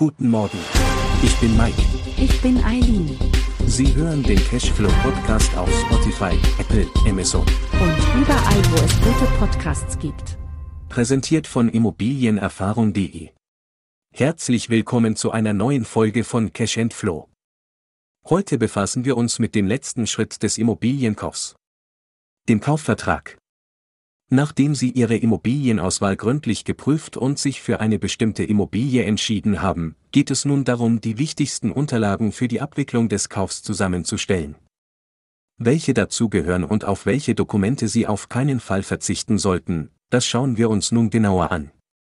Guten Morgen. Ich bin Mike. Ich bin Eileen. Sie hören den Cashflow Podcast auf Spotify, Apple, Amazon Und überall, wo es gute Podcasts gibt. Präsentiert von Immobilienerfahrung.de. Herzlich willkommen zu einer neuen Folge von Cash & Flow. Heute befassen wir uns mit dem letzten Schritt des Immobilienkaufs. Dem Kaufvertrag. Nachdem Sie Ihre Immobilienauswahl gründlich geprüft und sich für eine bestimmte Immobilie entschieden haben, geht es nun darum, die wichtigsten Unterlagen für die Abwicklung des Kaufs zusammenzustellen. Welche dazugehören und auf welche Dokumente Sie auf keinen Fall verzichten sollten, das schauen wir uns nun genauer an.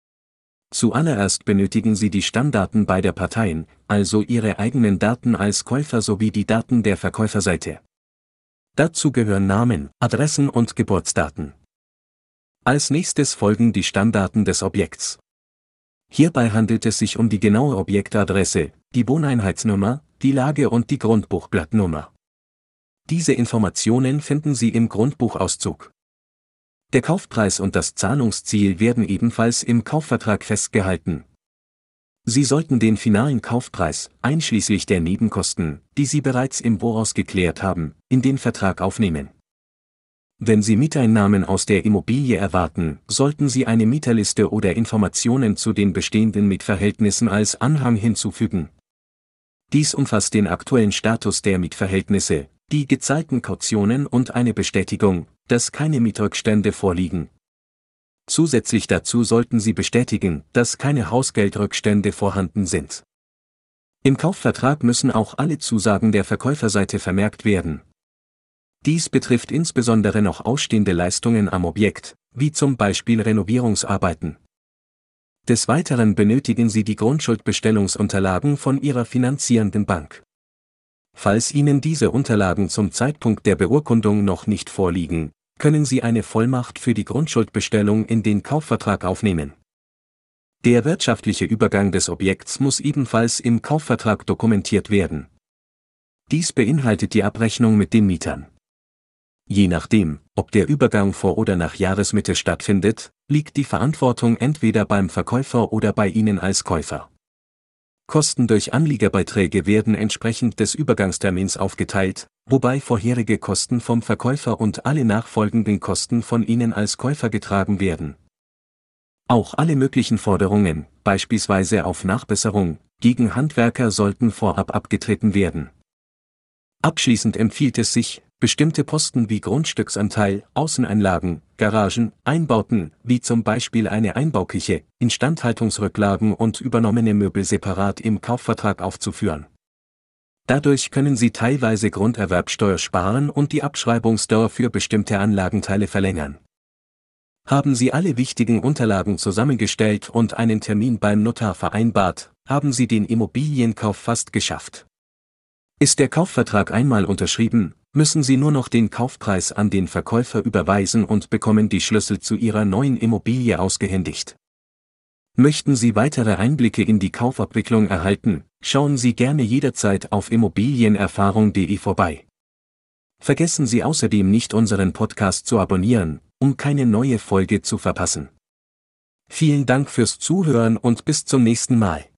Zuallererst benötigen Sie die Stammdaten beider Parteien, also Ihre eigenen Daten als Käufer sowie die Daten der Verkäuferseite. Dazu gehören Namen, Adressen und Geburtsdaten. Als nächstes folgen die Stammdaten des Objekts. Hierbei handelt es sich um die genaue Objektadresse, die Wohneinheitsnummer, die Lage und die Grundbuchblattnummer. Diese Informationen finden Sie im Grundbuchauszug. Der Kaufpreis und das Zahlungsziel werden ebenfalls im Kaufvertrag festgehalten. Sie sollten den finalen Kaufpreis, einschließlich der Nebenkosten, die Sie bereits im Voraus geklärt haben, in den Vertrag aufnehmen. Wenn Sie Mieteinnahmen aus der Immobilie erwarten, sollten Sie eine Mieterliste oder Informationen zu den bestehenden Mietverhältnissen als Anhang hinzufügen. Dies umfasst den aktuellen Status der Mietverhältnisse, die gezahlten Kautionen und eine Bestätigung, dass keine Mietrückstände vorliegen. Zusätzlich dazu sollten Sie bestätigen, dass keine Hausgeldrückstände vorhanden sind. Im Kaufvertrag müssen auch alle Zusagen der Verkäuferseite vermerkt werden. Dies betrifft insbesondere noch ausstehende Leistungen am Objekt, wie zum Beispiel Renovierungsarbeiten. Des Weiteren benötigen Sie die Grundschuldbestellungsunterlagen von Ihrer finanzierenden Bank. Falls Ihnen diese Unterlagen zum Zeitpunkt der Beurkundung noch nicht vorliegen, können Sie eine Vollmacht für die Grundschuldbestellung in den Kaufvertrag aufnehmen. Der wirtschaftliche Übergang des Objekts muss ebenfalls im Kaufvertrag dokumentiert werden. Dies beinhaltet die Abrechnung mit den Mietern. Je nachdem, ob der Übergang vor oder nach Jahresmitte stattfindet, liegt die Verantwortung entweder beim Verkäufer oder bei Ihnen als Käufer. Kosten durch Anliegerbeiträge werden entsprechend des Übergangstermins aufgeteilt, wobei vorherige Kosten vom Verkäufer und alle nachfolgenden Kosten von Ihnen als Käufer getragen werden. Auch alle möglichen Forderungen, beispielsweise auf Nachbesserung, gegen Handwerker sollten vorab abgetreten werden. Abschließend empfiehlt es sich, bestimmte Posten wie Grundstücksanteil, Außeneinlagen, Garagen, Einbauten, wie zum Beispiel eine Einbauküche, Instandhaltungsrücklagen und übernommene Möbel separat im Kaufvertrag aufzuführen. Dadurch können Sie teilweise Grunderwerbsteuer sparen und die Abschreibungsdauer für bestimmte Anlagenteile verlängern. Haben Sie alle wichtigen Unterlagen zusammengestellt und einen Termin beim Notar vereinbart, haben Sie den Immobilienkauf fast geschafft. Ist der Kaufvertrag einmal unterschrieben, müssen Sie nur noch den Kaufpreis an den Verkäufer überweisen und bekommen die Schlüssel zu Ihrer neuen Immobilie ausgehändigt. Möchten Sie weitere Einblicke in die Kaufabwicklung erhalten, schauen Sie gerne jederzeit auf Immobilienerfahrung.de vorbei. Vergessen Sie außerdem nicht, unseren Podcast zu abonnieren, um keine neue Folge zu verpassen. Vielen Dank fürs Zuhören und bis zum nächsten Mal.